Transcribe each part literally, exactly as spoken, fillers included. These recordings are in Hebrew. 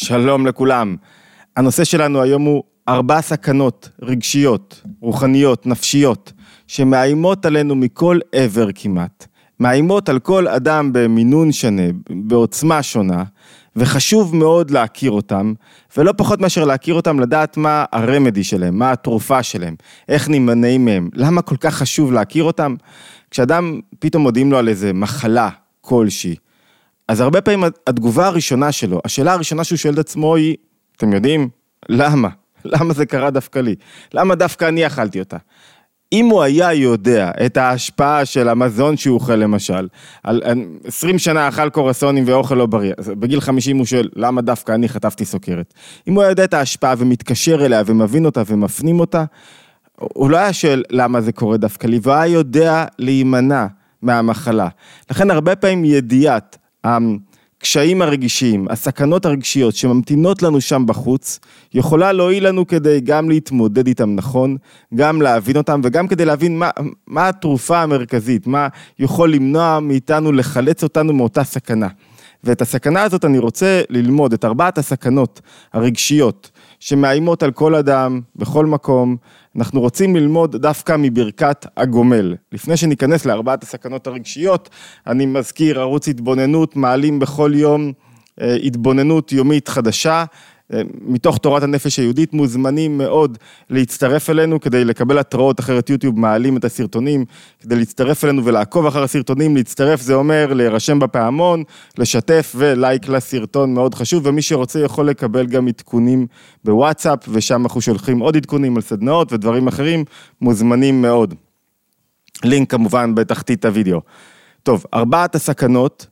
שלום לכולם. הנושא שלנו היום הוא ארבע סכנות רגשיות, רוחניות, נפשיות, שמאיימות עלינו מכל עבר כמעט. מאיימות על כל אדם במינון שונה, בעוצמה שונה, וחשוב מאוד להכיר אותם, ולא פחות מאשר להכיר אותם, לדעת מה הרמדי שלהם, מה התרופה שלהם, איך נמנעים מהם, למה כל כך חשוב להכיר אותם. כשאדם פתאום מודיעים לו על איזה מחלה כלשהי, אז הרבה פעמים התגובה הראשונה שלו, השאלה הראשונה שהוא שואל את עצמו היא, אתם יודעים, למה? למה זה קרה דווקא לי? למה דווקא אני אכלתי אותה? אם הוא היה יודע את ההשפעה של המזון שהוא אוכל למשל, על עשרים שנה אכל קורסונים ואוכל לא בריא, בגיל חמישים הוא שואל, למה דווקא אני חטפתי סוכרת? אם הוא היה יודע את ההשפעה ומתקשר אליה ומבין אותה ומפנים אותה, הוא לא היה שואל למה זה קורה דווקא לי, והוא היה יודע להימנע מהמחלה. לכן הרבה פעמים ידיעת הקשיים הרגישיים, הסכנות הרגשיות שממתינות לנו שם בחוץ, יכולה להועיל לנו כדי גם להתמודד איתם נכון, גם להבין אותם, וגם כדי להבין מה, מה התרופה המרכזית, מה יכול למנוע מאיתנו לחלץ אותנו מאותה סכנה. ואת הסכנה הזאת אני רוצה ללמוד, את ארבעת הסכנות הרגשיות, שמאיימות על כל אדם, בכל מקום. אנחנו רוצים ללמוד דווקא מברכת הגומל. לפני שניכנס לארבעת הסכנות הרגשיות, אני מזכיר ערוץ התבוננות, מעלים בכל יום התבוננות יומית חדשה, מתוך תורת הנפש היהודית, מוזמנים מאוד להצטרף אלינו, כדי לקבל התראות. אחרת יוטיוב מעלים את הסרטונים, כדי להצטרף אלינו ולעקוב אחר הסרטונים. להצטרף זה אומר להירשם בפעמון, לשתף ולייק לסרטון, מאוד חשוב, ומי שרוצה יכול לקבל גם עדכונים בוואטסאפ, ושם אנחנו שולחים עוד עדכונים על סדנאות ודברים אחרים, מוזמנים מאוד. לינק כמובן בתחתית הוידאו. טוב, ארבעת הסכנות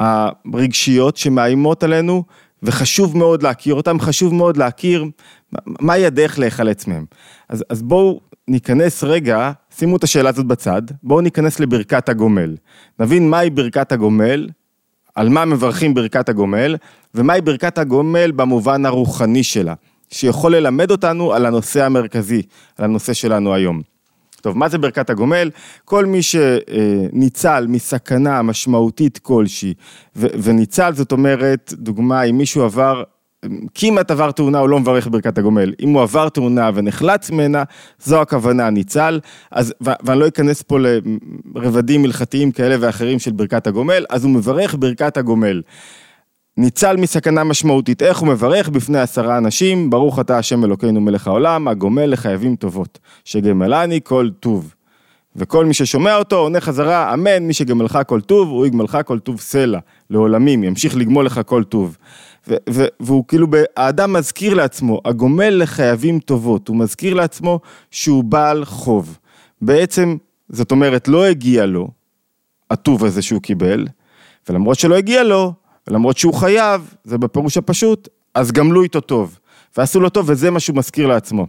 הרגשיות שמאיימות עלינו, וחשוב מאוד להכיר אותם, חשוב מאוד להכיר מה ידך להיחלץ מהם. אז, אז בואו ניכנס רגע, שימו את השאלה הזאת בצד, בואו ניכנס לברכת הגומל. נבין מהי ברכת הגומל, על מה מברכים ברכת הגומל, ומהי ברכת הגומל במובן הרוחני שלה, שיכול ללמד אותנו על הנושא המרכזי, על הנושא שלנו היום. טוב, מה זה ברכת הגומל? כל מי שניצל מסכנה משמעותית כלשהי, וניצל זאת אומרת, דוגמה, אם מישהו עבר, כמעט עבר תאונה, הוא לא מברך ברכת הגומל. אם הוא עבר תאונה ונחלץ ממנה, זו הכוונה, ניצל. אז, ואני לא אכנס פה לרבדים הלכתיים כאלה ואחרים של ברכת הגומל, אז הוא מברך ברכת הגומל. ניצל מסכנה משמעותית, איך הוא מברך בפני עשרה אנשים, ברוך אתה השם אלוקינו מלך העולם, הגומל לחייבים טובות, שגמלני כל טוב. וכל מי ששומע אותו עונה חזרה, אמן, מי שגמלך כל טוב, הוא יגמלך כל טוב סלע, לעולמים, ימשיך לגמול לך כל טוב. ו- ו- והוא כאילו, האדם מזכיר לעצמו, הגומל לחייבים טובות, הוא מזכיר לעצמו שהוא בעל חוב. בעצם, זאת אומרת, לא הגיע לו הטוב הזה שהוא קיבל, ולמרות שלא הגיע לו, ולמרות שהוא חייב, זה בפירוש הפשוט, אז גמלו איתו טוב, ועשו לו טוב, וזה מה שהוא מזכיר לעצמו.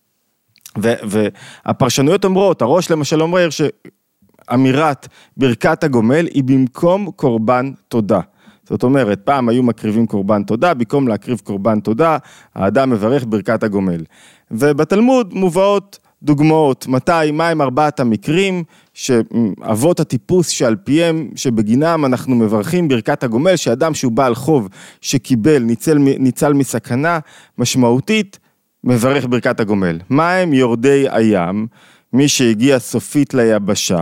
ו- והפרשנויות אומרות, הראש למשל אומר שאמירת ברכת הגומל היא במקום קורבן תודה. זאת אומרת, פעם היו מקריבים קורבן תודה, במקום להקריב קורבן תודה, האדם מברך ברכת הגומל. ובתלמוד מובאות דוגמאות, מתי, מה הם ארבעת המקרים, שאבות הטיפוס שעל פיהם, שבגינם אנחנו מברכים ברכת הגומל, שאדם שהוא בעל חוב, שקיבל, ניצל, ניצל מסכנה משמעותית, מברך ברכת הגומל. מה הם יורדי הים, מי שהגיע סופית ליבשה,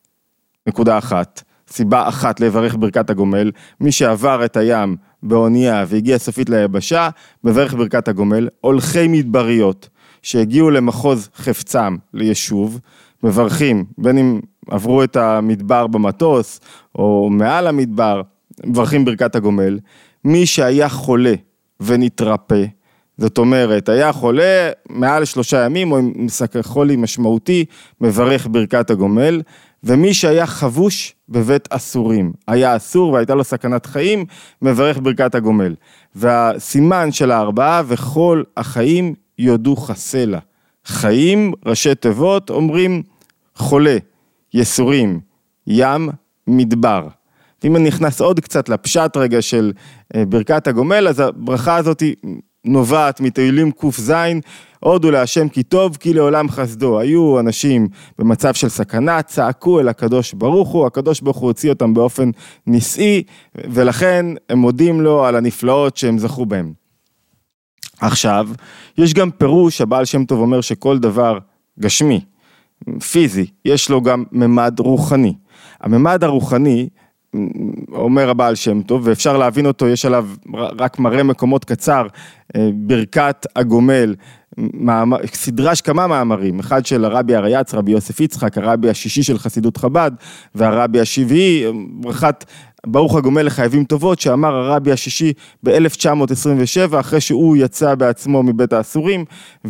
נקודה אחת, סיבה אחת לברך ברכת הגומל, מי שעבר את הים באונייה והגיע סופית ליבשה, מברך ברכת הגומל, הולכי מדבריות, שהגיעו למחוז חפצם לישוב, מברכים, בין אם עברו את המדבר במטוס, או מעל המדבר, מברכים ברכת הגומל. מי שהיה חולה ונתרפא, זאת אומרת, היה חולה מעל שלושה ימים, או עם חולי משמעותי, מברך ברכת הגומל. ומי שהיה חבוש בבית אסורים, היה אסור והייתה לו סכנת חיים, מברך ברכת הגומל. והסימן של הארבעה, וכל החיים יודו חסלה. חיים, ראשי תיבות, אומרים חולה, יסורים, ים, מדבר. ואם אני נכנס עוד קצת לפשט רגע של ברכת הגומל, אז הברכה הזאת נובעת מתהילים קוף זין, הודו להשם כי טוב, כי לעולם חסדו. היו אנשים במצב של סכנה, צעקו אל הקדוש ברוך הוא, הקדוש ברוך הוא הוציא אותם באופן ניסי, ולכן הם מודים לו על הנפלאות שהם זכו בהם. עכשיו, יש גם פירוש, הבעל שם טוב אומר שכל דבר גשמי, פיזי, יש לו גם ממד רוחני. הממד הרוחני, אומר הבעל שם טוב, ואפשר להבין אותו, יש עליו רק מראה מקומות קצר, ברכת הגומל, סדרה של כמה מאמרים, אחד של הרבי הרייץ, רבי יוסף יצחק, הרבי השישי של חסידות חב"ד, והרבי השביעי, ברכת ברוך הגומל לחייבים טובות, שאמר הרבי השישי ב-אלף תשע מאות עשרים ושבע, אחרי שהוא יצא בעצמו מבית האסורים,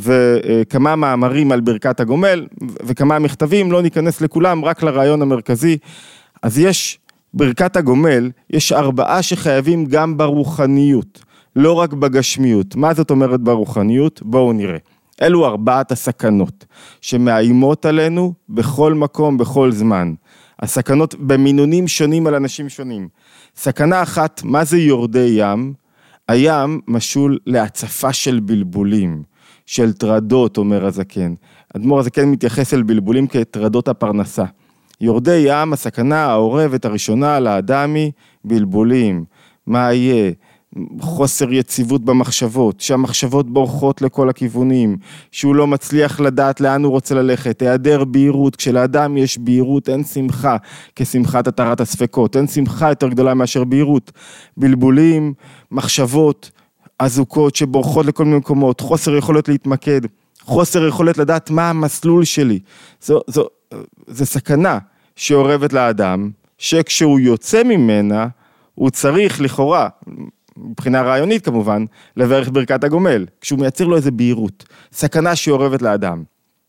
וכמה מאמרים על ברכת הגומל, וכמה מכתבים, לא ניכנס לכולם, רק לרעיון המרכזי. אז יש ברכת הגומל, יש ארבעה שחייבים גם ברוחניות, לא רק בגשמיות. מה זאת אומרת ברוחניות? בואו נראה. אלו ארבעת הסכנות, שמאיימות עלינו בכל מקום, בכל זמן. הסכנות במינונים שונים על אנשים שונים. סכנה אחת, מה זה יורדי ים? הים משול להצפה של בלבולים, של טרדות, אומר הזקן. אדמו"ר הזקן מתייחס אל בלבולים כטרדות הפרנסה. יורדי ים, הסכנה העורבת הראשונה לאדם היא בלבולים. מה יהיה? חוסר יציבות במחשבות, שהמחשבות בורחות לכל הכיוונים, שהוא לא מצליח לדעת לאן הוא רוצה ללכת, היעדר בהירות, כשלאדם יש בהירות אין שמחה כשמחת התרת הספקות, אין שמחה יותר גדולה מאשר בהירות, בלבולים, מחשבות, אזוקות שבורחות לכל מיני מקומות, חוסר יכולת להתמקד, חוסר יכולת לדעת מה המסלול שלי, זו, זו, זו סכנה שעורבת לאדם, שכשהוא יוצא ממנה, הוא צריך לכאורה, מבחינה רעיונית כמובן, לברך ברכת הגומל, כשהוא מייצר לו איזה בהירות, סכנה שעורבת לאדם.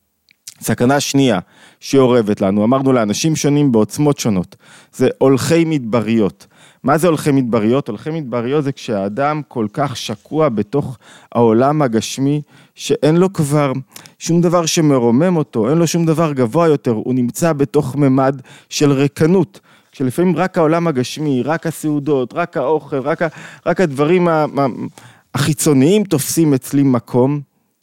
סכנה שנייה שעורבת לנו, אמרנו לאנשים שונים בעוצמות שונות, זה הולכי מדבריות. מה זה הולכי מדבריות? הולכי מדבריות זה כשהאדם כל כך שקוע בתוך העולם הגשמי, שאין לו כבר שום דבר שמרומם אותו, אין לו שום דבר גבוה יותר, הוא נמצא בתוך ממד של ריקנות, כשלפעמים רק העולם הגשמי, רק הסעודות, רק האוכל, רק, רק הדברים החיצוניים תופסים אצלי מקום,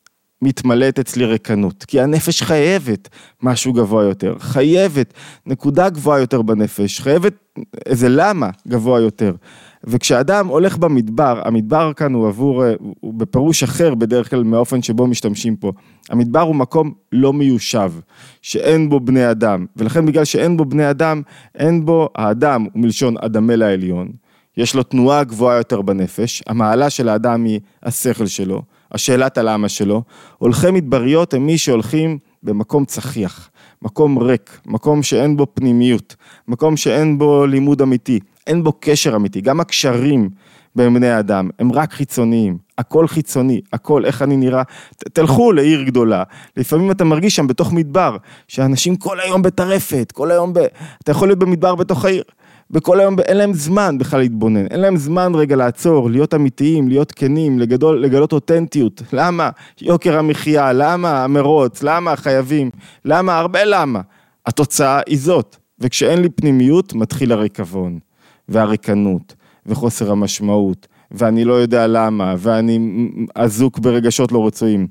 מתמלאת אצלי ריקנות, כי הנפש חייבת משהו גבוה יותר, חייבת נקודה גבוהה יותר בנפש, חייבת איזה למה גבוה יותר, וכשאדם הולך במדבר, המדבר כאן הוא עבור, הוא בפירוש אחר בדרך כלל מהאופן שבו משתמשים פה, המדבר הוא מקום לא מיושב, שאין בו בני אדם, ולכן בגלל שאין בו בני אדם, אין בו האדם, הוא מלשון אדמה לעליון, יש לו תנועה גבוהה יותר בנפש, המעלה של האדם היא השכל שלו, השאלת הלמה שלו, הולכי מדבריות הם מי שהולכים במקום צחיח, מקום ריק, מקום שאין בו פנימיות, מקום שאין בו לימוד אמיתי, אין בו קשר אמיתי, גם הקשרים בין בני האדם הם רק חיצוניים, הכל חיצוני, הכל איך אני נראה, ת, תלכו לעיר גדולה, לפעמים אתה מרגיש שם בתוך מדבר, שאנשים כל היום בטרפת, כל היום ב... אתה יכול להיות במדבר בתוך העיר, בכל היום אין להם זמן בכלל להתבונן, אין להם זמן רגע לעצור, להיות אמיתיים, להיות כנים, לגדול, לגלות אותנטיות. למה? יוקר המחיה, למה המרוץ, למה החייבים, למה? הרבה למה. התוצאה היא זאת, וכשאין לי פנימיות, מתחיל הריקבון, והריקנות, וחוסר המשמעות, ואני לא יודע למה, ואני אזוק ברגשות לא רצויים.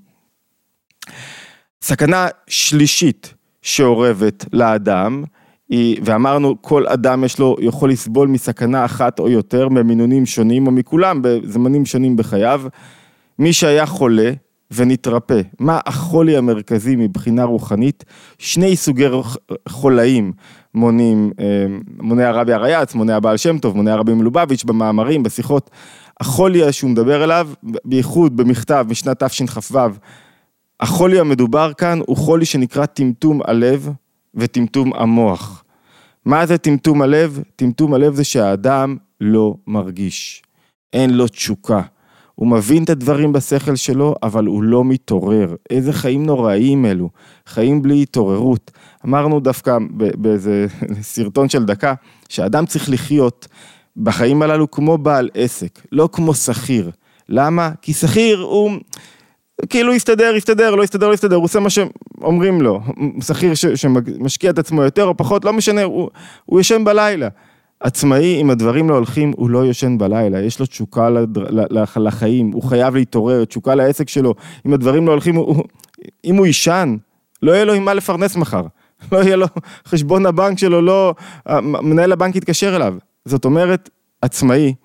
סכנה שלישית שעורבת לאדם, ואמרנו כל אדם יש לו, יכול לסבול מסכנה אחת או יותר ממינונים שונים או מכולם בזמנים שונים בחייו, מי שהיה חולה ונתרפא, מה החולי המרכזי מבחינה רוחנית? שני סוגי חולאים מונים, מונה הרבי הרייץ, מונה הבעל שם טוב, מונה הרבי מלובביץ' במאמרים, בשיחות, החולי שהוא מדבר אליו, בייחוד במכתב משנת תשכ"ו, החולי המדובר כאן הוא חולי שנקרא טמטום הלב, וטמטום המוח. מה זה טמטום הלב? טמטום הלב זה שהאדם לא מרגיש. אין לו תשוקה. הוא מבין את הדברים בשכל שלו, אבל הוא לא מתעורר. איזה חיים נוראים אלו. חיים בלי התעוררות. אמרנו דווקא באיזה סרטון של דקה, שהאדם צריך לחיות בחיים הללו כמו בעל עסק, לא כמו שכיר. למה? כי שכיר הוא... כאילו יסתדר, יסתדר, לא יסתדר, לא יסתדר, הוא עושה מה שאומרים לו, שכיר שמשקיע את עצמו יותר או פחות, לא משנה, הוא, הוא ישן בלילה. עצמאי, אם הדברים לא הולכים, הוא לא ישן בלילה, יש לו תשוקה לחיים, הוא חייב להתעורר, תשוקה לעסק שלו, אם הדברים לא הולכים, הוא, אם הוא ישן, לא יהיה לו עם מה לפרנס מחר, לא יהיה לו חשבון הבנק שלו, לא, מנהל הבנק יתקשר אליו. זאת אומרת, עצמאי,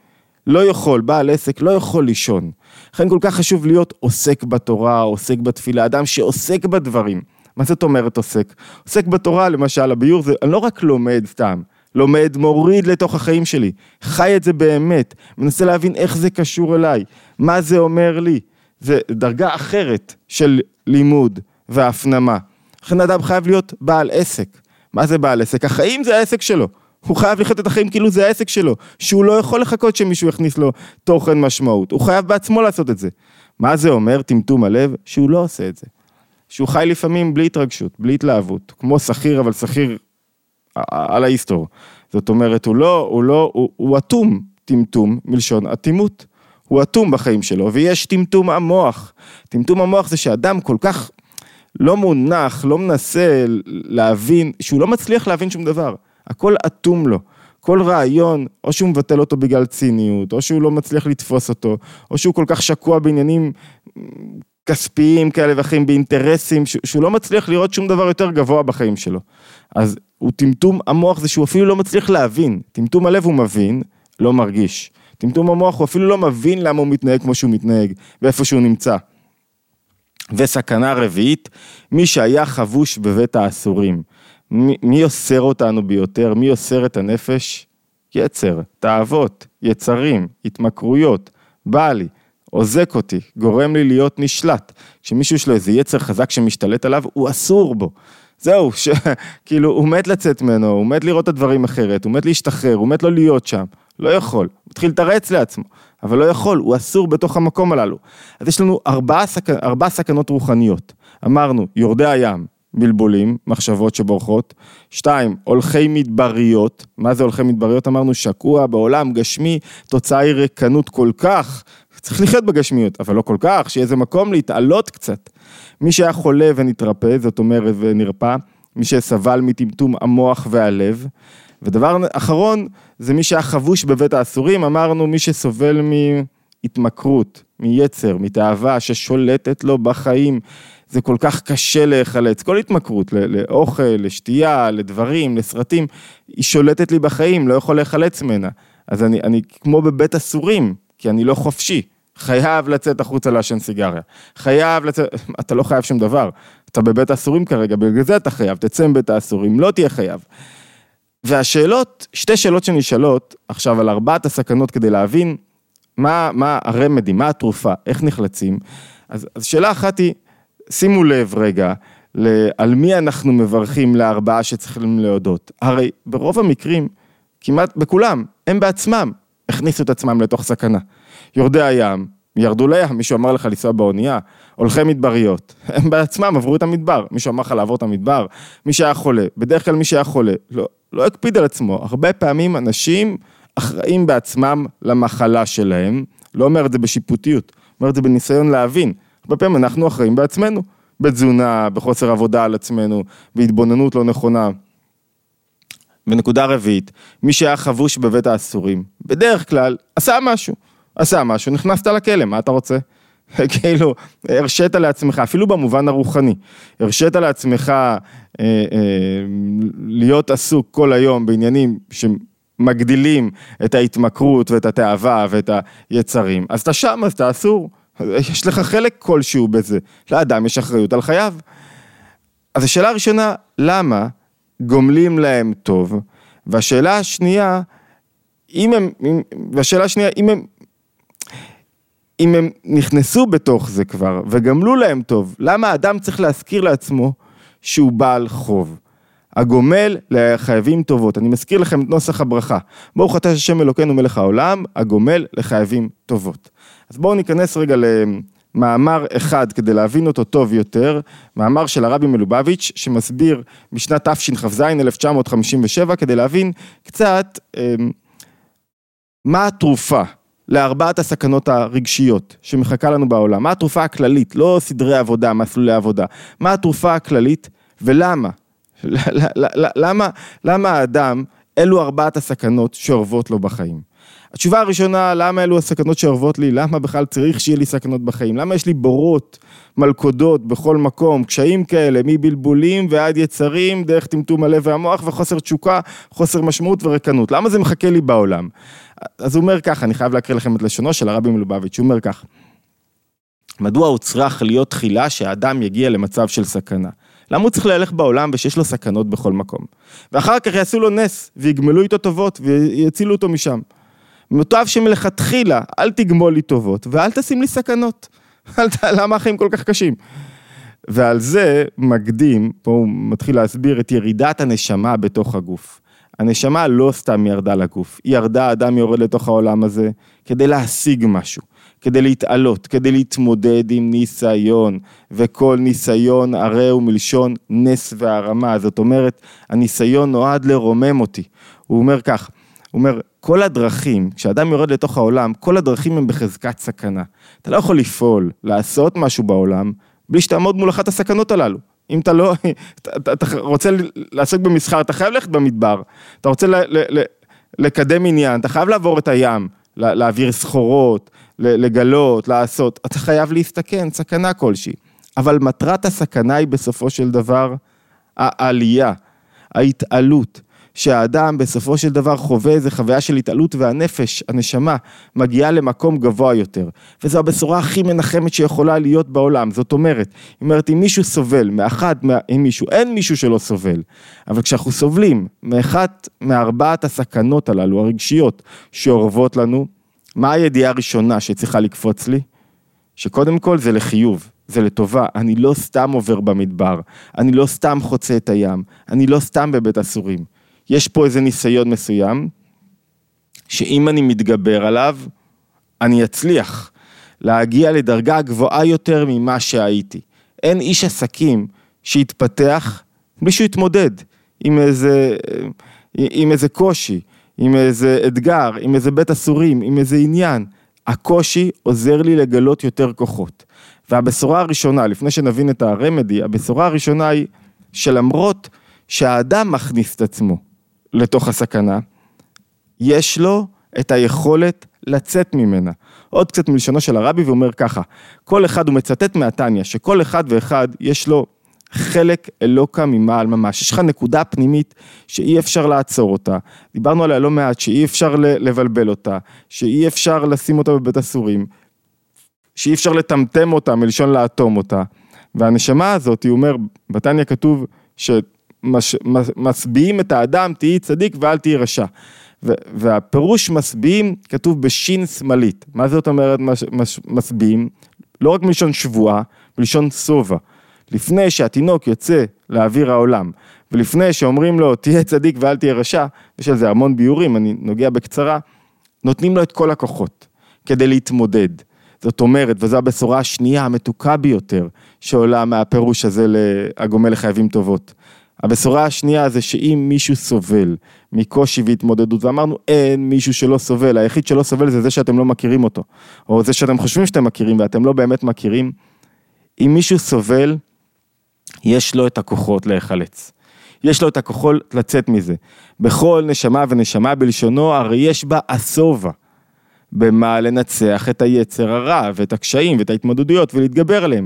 לא יכול, בעל עסק לא יכול לישון. לכן כל כך חשוב להיות עוסק בתורה, עוסק בתפילה, אדם שעוסק בדברים. מה זאת אומרת עוסק? עוסק בתורה, למשל, הביור זה, אני לא רק לומד סתם, לומד, מוריד לתוך החיים שלי, חי את זה באמת, מנסה להבין איך זה קשור אליי, מה זה אומר לי, זה דרגה אחרת של לימוד והפנמה. לכן אדם חייב להיות בעל עסק. מה זה בעל עסק? החיים זה העסק שלו. הוא חייב לחיות את החיים כאילו זה העסק שלו, שהוא לא יכול לחכות שמישהו יכניס לו תוכן משמעות, הוא חייב בעצמו לעשות את זה. מה זה אומר? טמטום הלב, שהוא לא עושה את זה. שהוא חי לפעמים בלי התרגשות, בלי התלהבות, כמו שכיר, אבל שכיר על ההיסטור. זאת אומרת, הוא לא, הוא לא, הוא, הוא אטום, טמטום, מלשון אטימות. הוא אטום בחיים שלו, ויש טמטום המוח. טמטום המוח זה שאדם כל כך לא מונח, לא מנסה להבין, שהוא לא מצליח להבין שום דבר. הכל אטום לו. כל רעיון, או שהוא מבטל אותו בגלל ציניות, או שהוא לא מצליח לתפוס אותו, או שהוא כל כך שקוע בעניינים כספיים כאלה ואחרים, באינטרסים, שהוא לא מצליח לראות שום דבר יותר גבוה בחיים שלו. אז הוא טמטום המוח זה שהוא אפילו לא מצליח להבין. טמטום הלב הוא מבין, לא מרגיש. טמטום המוח הוא אפילו לא מבין למה הוא מתנהג כמו שהוא מתנהג, ואיפה שהוא נמצא. וסכנה רביעית, מי שהיה חבוש בבית האסורים. מי, מי יוסר אותנו ביותר? מי יוסר את הנפש? יצר, תאוות, יצרים, התמכרויות, בא לי, עוזק אותי, גורם לי להיות נשלט. כשמישהו יש לו איזה יצר חזק שמשתלט עליו, הוא אסור בו. זהו, ש... כאילו הוא מת לצאת ממנו, הוא מת לראות את הדברים אחרת, הוא מת להשתחרר, הוא מת לא להיות שם. לא יכול, הוא מתחיל לתרץ לעצמו, אבל לא יכול, הוא אסור בתוך המקום הללו. אז יש לנו ארבע, סכ... ארבע סכנות רוחניות. אמרנו, יורדי הים, בלבולים, מחשבות שבורחות. שתיים, הולכי מדבריות. מה זה הולכי מדבריות? אמרנו, שקוע בעולם גשמי, תוצאה היא ריקנות כל כך, צריך לחיות בגשמיות, אבל לא כל כך, שיהיה איזה מקום להתעלות קצת. מי שהיה חולה ונתרפא, זאת אומרת ונרפא, מי שסבל מטמטום המוח והלב, ודבר אחרון, זה מי שהיה חבוש בבית האסורים, אמרנו מי שסובל מהתמכרות, מיצר, מתאהבה ששולטת לו בחיים, זה כל כך קשה להיחלץ, כל התמכרות, לאוכל, לשתייה, לדברים, לסרטים, היא שולטת לי בחיים, לא יכול להיחלץ ממנה, אז אני, אני כמו בבית אסורים, כי אני לא חופשי, חייב לצאת החוצה לעשן סיגריה, חייב לצאת, אתה לא חייב שום דבר, אתה בבית האסורים כרגע, בגלל זה אתה חייב, תצא מבית האסורים, לא תהיה חייב. והשאלות, שתי שאלות שנשאלות, עכשיו על ארבעת הסכנות כדי להבין, מה, מה הרמדי, מה התרופה, איך נחלצים, אז, אז שאלה אחת היא, שימו לב רגע, על מי אנחנו מברכים לארבעה שצריכים להודות, הרי ברוב המקרים, כמעט בכולם, הם בעצמם, הכניסו את עצמם לתוך סכנה. יורדי הים, ירדו לים, מישהו אמר לך לנסוע באונייה, הולכי מדבריות, הם בעצמם עברו את המדבר, מישהו אמר לך לעבור את המדבר, מי שהיה חולה, בדרך כלל מי שהיה חולה, לא, לא הקפיד על עצמו, הרבה פעמים אנשים אחראים בעצמם למחלה שלהם, לא אומר את זה בשיפוטיות, אומר את זה בניסיון להבין, הרבה פעמים אנחנו אחראים בעצמנו, בתזונה, בחוסר עבודה על עצמנו, בהתבוננות לא נכונה, ונקודה רביעית, מי שהיה חבוש בבית האסורים, בדרך כלל עשה משהו, עשה משהו, נכנסת לכלא, מה אתה רוצה? כאילו, הרשית לעצמך, אפילו במובן הרוחני, הרשית לעצמך אה, אה, להיות עסוק כל היום בעניינים שמגדילים את ההתמכרות ואת התאווה ואת היצרים, אז אתה שם, אז אתה אסור, יש לך חלק כלשהו בזה, לאדם יש אחריות על חייו. אז השאלה הראשונה, למה גומלים להם טוב? והשאלה השנייה, אם הם, והשאלה השנייה, אם הם, אם הם נכנסו בתוך זה כבר, וגמלו להם טוב, למה האדם צריך להזכיר לעצמו שהוא בעל חוב? הגומל לחייבים טובות. אני מזכיר לכם את נוסח הברכה. ברוך אתה השם אלוקינו מלך העולם, הגומל לחייבים טובות. אז בואו ניכנס רגע למאמר אחד כדי להבין אותו טוב יותר, מאמר של הרבי מלובביץ' שמסביר משנת תשכ"ז אלף תשע מאות חמישים ושבע, כדי להבין קצת אה, מה התרופה לארבעת הסכנות הרגשיות שמחכה לנו בעולם. מה התרופה הכללית, לא סדרי עבודה, מסלולי עבודה. מה התרופה הכללית ולמה? למה, למה האדם, אלו ארבעת הסכנות שאורבות לו בחיים? התשובה הראשונה, למה אלו הסכנות שאורבות לי? למה בכלל צריך שיהיה לי סכנות בחיים? למה יש לי בורות, מלכודות בכל מקום, קשיים כאלה, מבלבולים ועד יצרים, דרך טמטום הלב והמוח וחוסר תשוקה, חוסר משמעות ורקנות? למה זה מחכה לי בעולם? אז הוא אומר ככה, אני חייב להקריא לכם את לשונו של הרבי מלובביץ', הוא אומר כך, מדוע הוא צריך להיות תחילה שהאדם יגיע למצב של סכנה? למה הוא צריך להלך בעולם ושיש לו סכנות בכל מקום? ואחר כך יעשו לו נס ויגמלו איתו טובות ויצילו אותו משם. מוטב שמלכתחילה, אל תגמול לי טובות ואל תשים לי סכנות. למה החיים כל כך קשים? ועל זה מקדים, פה הוא מתחיל להסביר את ירידת הנשמה בתוך הגוף. הנשמה לא סתם ירדה לגוף, היא ירדה, האדם יורד לתוך העולם הזה כדי להשיג משהו. כדי להתעלות, כדי להתמודד עם ניסיון, וכל ניסיון הרי הוא מלשון נס והרמה, זאת אומרת, הניסיון נועד לרומם אותי, הוא אומר כך, הוא אומר, כל הדרכים, כשאדם יורד לתוך העולם, כל הדרכים הם בחזקת סכנה, אתה לא יכול לפעול, לעשות משהו בעולם, בלי שתעמוד מול אחת הסכנות הללו, אם אתה לא, אתה, אתה רוצה לעסוק במסחר, אתה חייב ללכת במדבר, אתה רוצה ל, ל, ל, לקדם עניין, אתה חייב לעבור את הים, להעביר סחורות, לגלות, לעשות, אתה חייב להסתכן, סכנה כלשהי. אבל מטרת הסכנה היא בסופו של דבר, העלייה, ההתעלות, שהאדם בסופו של דבר חווה איזו חוויה של התעלות, והנפש, הנשמה, מגיעה למקום גבוה יותר. וזו הבשורה הכי מנחמת שיכולה להיות בעולם. זאת אומרת, היא אומרת, אם מישהו סובל, מאחד, אם מישהו, אין מישהו שלא סובל. אבל כשאנחנו סובלים, מאחת מארבעת הסכנות הללו, הרגשיות, שאורבות לנו, מה הידיעה הראשונה שצריכה לקפוץ לי? שקודם כל זה לחיוב, זה לטובה, אני לא סתם עובר במדבר, אני לא סתם חוצה את הים, אני לא סתם בבית אסורים. יש פה איזה ניסיון מסוים, שאם אני מתגבר עליו, אני אצליח להגיע לדרגה גבוהה יותר ממה שהייתי. אין איש עסקים שיתפתח בלי שהוא יתמודד עם איזה, עם איזה קושי, עם איזה אתגר, עם איזה בית אסורים, עם איזה עניין. הקושי עוזר לי לגלות יותר כוחות. והבשורה הראשונה, לפני שנבין את הרמדי, הבשורה הראשונה היא שלמרות שהאדם מכניס את עצמו לתוך הסכנה, יש לו את היכולת לצאת ממנה. עוד קצת מלשונו של הרבי, ואומר ככה, כל אחד, הוא מצטט מהתניא, שכל אחד ואחד יש לו חלק אלוקה ממעל ממש. יש לך נקודה פנימית שאי אפשר לעצור אותה. דיברנו עליה לא מעט, שאי אפשר לבלבל אותה, שאי אפשר לשים אותה בבית אסורים, שאי אפשר לטמטם אותה, מלשון לאטום אותה. והנשמה הזאת, היא אומר, בתניא כתוב שמשביעים את האדם, תהי צדיק ואל תהי רשע. והפירוש משביעים כתוב בשין שמאלית. מה זאת אומרת משביעים? לא רק מלשון שבועה, מלשון סובה. לפני שהתינוק יוצא לאוויר העולם, ולפני שאומרים לו, תהיה צדיק ואל תהיה רשע, יש על זה המון ביורים, אני נוגע בקצרה, נותנים לו את כל הכוחות, כדי להתמודד. זאת אומרת, וזו הבשורה השנייה, המתוקה ביותר, שעולה מהפירוש הזה להגומל לחייבים טובות. הבשורה השנייה זה שאם מישהו סובל מקושי והתמודדות, ואמרנו אין מישהו שלא סובל, היחיד שלא סובל זה זה שאתם לא מכירים אותו, או זה שאתם חושבים שאתם מכירים ואתם לא באמת מכירים, אם מישהו סובל, יש לו את הכוחות להיחלץ. יש לו את הכוחות לצאת מזה. בכל נשמה ונשמה בלשונו, הרי יש בה הסובה. במה לנצח את היצר הרע, ואת הקשיים, ואת ההתמודדויות, ולהתגבר עליהם.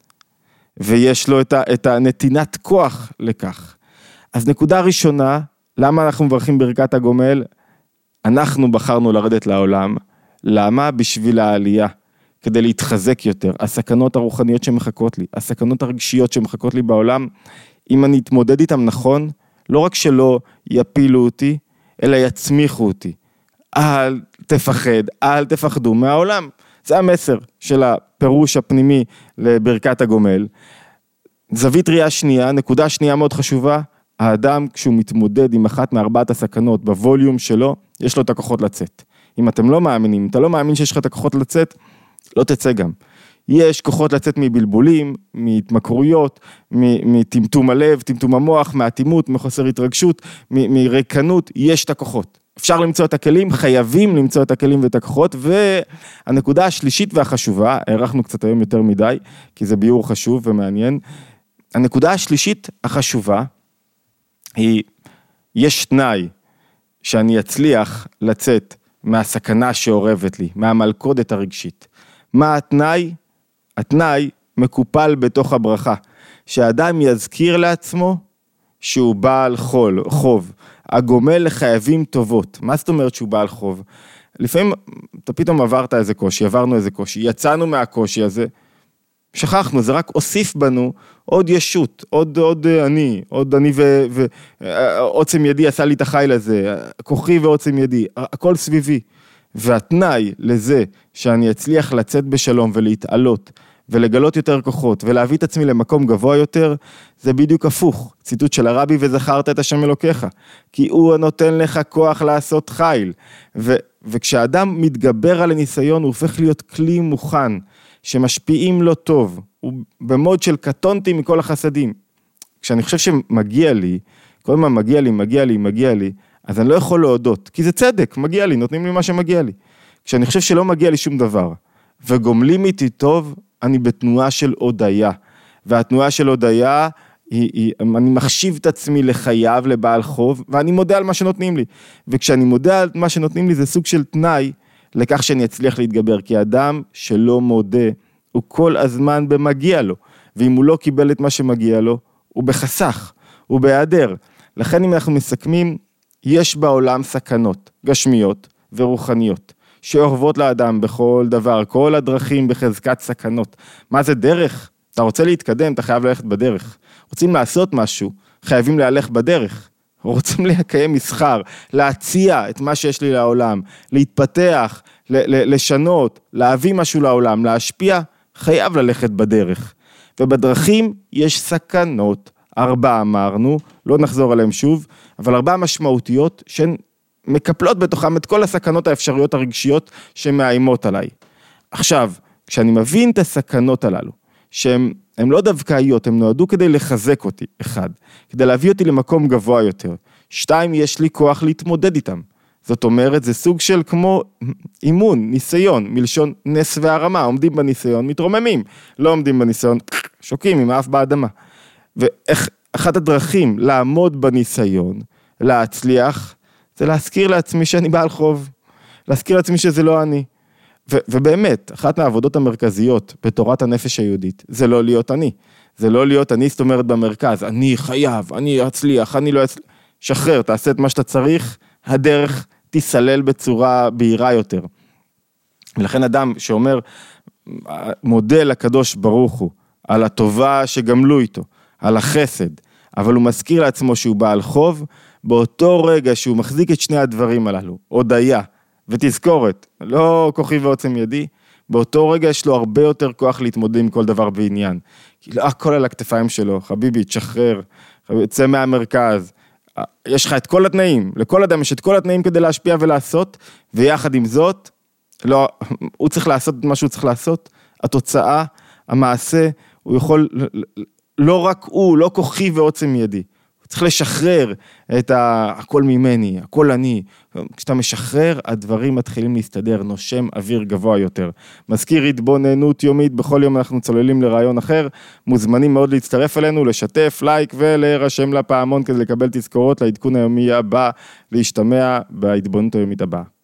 ויש לו את, ה, את הנתינת כוח לכך. אז נקודה ראשונה, למה אנחנו מברכים ברכת הגומל? אנחנו בחרנו לרדת לעולם. למה? בשביל העלייה. כדי להתחזק יותר, הסכנות הרוחניות שמחכות לי, הסכנות הרגשיות שמחכות לי בעולם, אם אני אתמודד איתם נכון, לא רק שלא יפילו אותי, אלא יצמיחו אותי. אל תפחד, אל תפחדו מהעולם. זה המסר של הפירוש הפנימי לברכת הגומל. זווית ראייה שנייה, נקודה שנייה מאוד חשובה, האדם כשהוא מתמודד עם אחת מארבעת הסכנות בווליום שלו, יש לו את הכוחות לצאת. אם אתם לא מאמינים, אם אתה לא מאמין שיש לך את הכוחות לצאת, לא תצא גם. יש כוחות לצאת מבלבולים, מהתמכרויות, מטמטום הלב, טמטום המוח, מאטימות, מחוסר התרגשות, מריקנות, יש את הכוחות. אפשר למצוא את הכלים, חייבים למצוא את הכלים ואת הכוחות, והנקודה השלישית והחשובה, הערכנו קצת היום יותר מדי, כי זה ביור חשוב ומעניין, הנקודה השלישית החשובה, היא, יש תנאי שאני אצליח לצאת מהסכנה שעורבת לי, מהמלכודת הרגשית. מה התנאי? התנאי מקופל בתוך הברכה, שהאדם יזכיר לעצמו שהוא בעל חול, חוב, הגומל לחייבים טובות. מה זאת אומרת שהוא בעל חוב? לפעמים אתה פתאום עברת איזה קושי, עברנו איזה קושי, יצאנו מהקושי הזה, שכחנו, זה רק הוסיף בנו עוד ישות, עוד, עוד אני, עוד אני ועוצם ידי עשה לי את החיל הזה, כוחי ועוצם ידי, הכל סביבי. והתנאי לזה שאני אצליח לצאת בשלום ולהתעלות, ולגלות יותר כוחות, ולהביא את עצמי למקום גבוה יותר, זה בדיוק הפוך. ציטוט של הרבי, וזכרת את השם אלוקיך, כי הוא נותן לך כוח לעשות חיל. ו, וכשאדם מתגבר על הניסיון, הוא הופך להיות כלי מוכן, שמשפיעים לו טוב, הוא במוד של קטונתי מכל החסדים. כשאני חושב שמגיע לי, כל מה מגיע לי, מגיע לי, מגיע לי, אז אני לא יכול להודות, כי זה צדק, מגיע לי, נותנים לי מה שמגיע לי. כשאני חושב שלא מגיע לי שום דבר, וגומלים איתי טוב, אני בתנועה של הודיה, והתנועה של הודיה, היא, היא, אני מחשיב את עצמי לחייב, לבעל חוב, ואני מודה על מה שנותנים לי. וכשאני מודה על מה שנותנים לי, זה סוג של תנאי, לכך שאני אצליח להתגבר, כי האדם שלא מודה, הוא כל הזמן במגיע לו, ואם הוא לא קיבל את מה שמגיע לו, הוא בחסך, הוא בהיעדר. לכן אם אנחנו מסכמים, יש בעולם סכנות, גשמיות ורוחניות, שאורבות לאדם בכל דבר, כל הדרכים בחזקת סכנות. מה זה דרך? אתה רוצה להתקדם, אתה חייב ללכת בדרך. רוצים לעשות משהו, חייבים להלך בדרך. רוצים לקיים מסחר, להציע את מה שיש לי לעולם, להתפתח, לשנות, להביא משהו לעולם, להשפיע, חייב ללכת בדרך. ובדרכים יש סכנות, ארבע אמרנו, לא נחזור עליהם שוב, אבל ארבע משמעותיות שהן מקפלות בתוכם את כל הסכנות האפשריות הרגשיות שמאיימות עליי. עכשיו, כשאני מבין את הסכנות הללו, שהן לא דווקאיות, הן נועדו כדי לחזק אותי, אחד, כדי להביא אותי למקום גבוה יותר, שתיים, יש לי כוח להתמודד איתם. זאת אומרת, זה סוג של כמו אימון, ניסיון, מלשון נס והרמה, עומדים בניסיון, מתרוממים, לא עומדים בניסיון, שוקים עם האף באדמה. ואחת הדרכים לעמוד בניסיון, להצליח, זה להזכיר לעצמי שאני בעל חוב, להזכיר לעצמי שזה לא אני. ו- ובאמת, אחת מהעבודות המרכזיות בתורת הנפש היהודית, זה לא להיות אני. זה לא להיות אני, זאת אומרת במרכז, אני חייב, אני אצליח, אני לא אצליח. שחרר, תעשה את מה שאתה צריך, הדרך תיסלל בצורה בהירה יותר. ולכן אדם שאומר, מודה לקדוש ברוך הוא, על הטובה שגמלו איתו, על החסד, אבל הוא מזכיר לעצמו שהוא בעל חוב, באותו רגע שהוא מחזיק את שני הדברים הללו, הודיה ותזכורת, לא כוחי ועוצם ידי, באותו רגע יש לו הרבה יותר כוח להתמודד עם כל דבר בעניין. כי לא הכל על הכתפיים שלו, חביבי, תשחרר, צא מהמרכז, יש לך את כל התנאים, לכל אדם יש את כל התנאים כדי להשפיע ולעשות, ויחד עם זאת, לא, הוא צריך לעשות את מה שהוא צריך לעשות, התוצאה, המעשה, הוא יכול, לא רק הוא, לא כוחי ועוצם ידי, הוא צריך לשחרר את ה, הכל ממני, הכל אני, כשאתה משחרר, הדברים מתחילים להסתדר, נושם אוויר גבוה יותר, מזכיר התבוננות יומית, בכל יום אנחנו צוללים לרעיון אחר, מוזמנים מאוד להצטרף אלינו, לשתף, לייק ולהירשם לפעמון, כדי לקבל תזכורות לעדכון היומי הבא, להשתמע בהתבוננות היומית הבאה.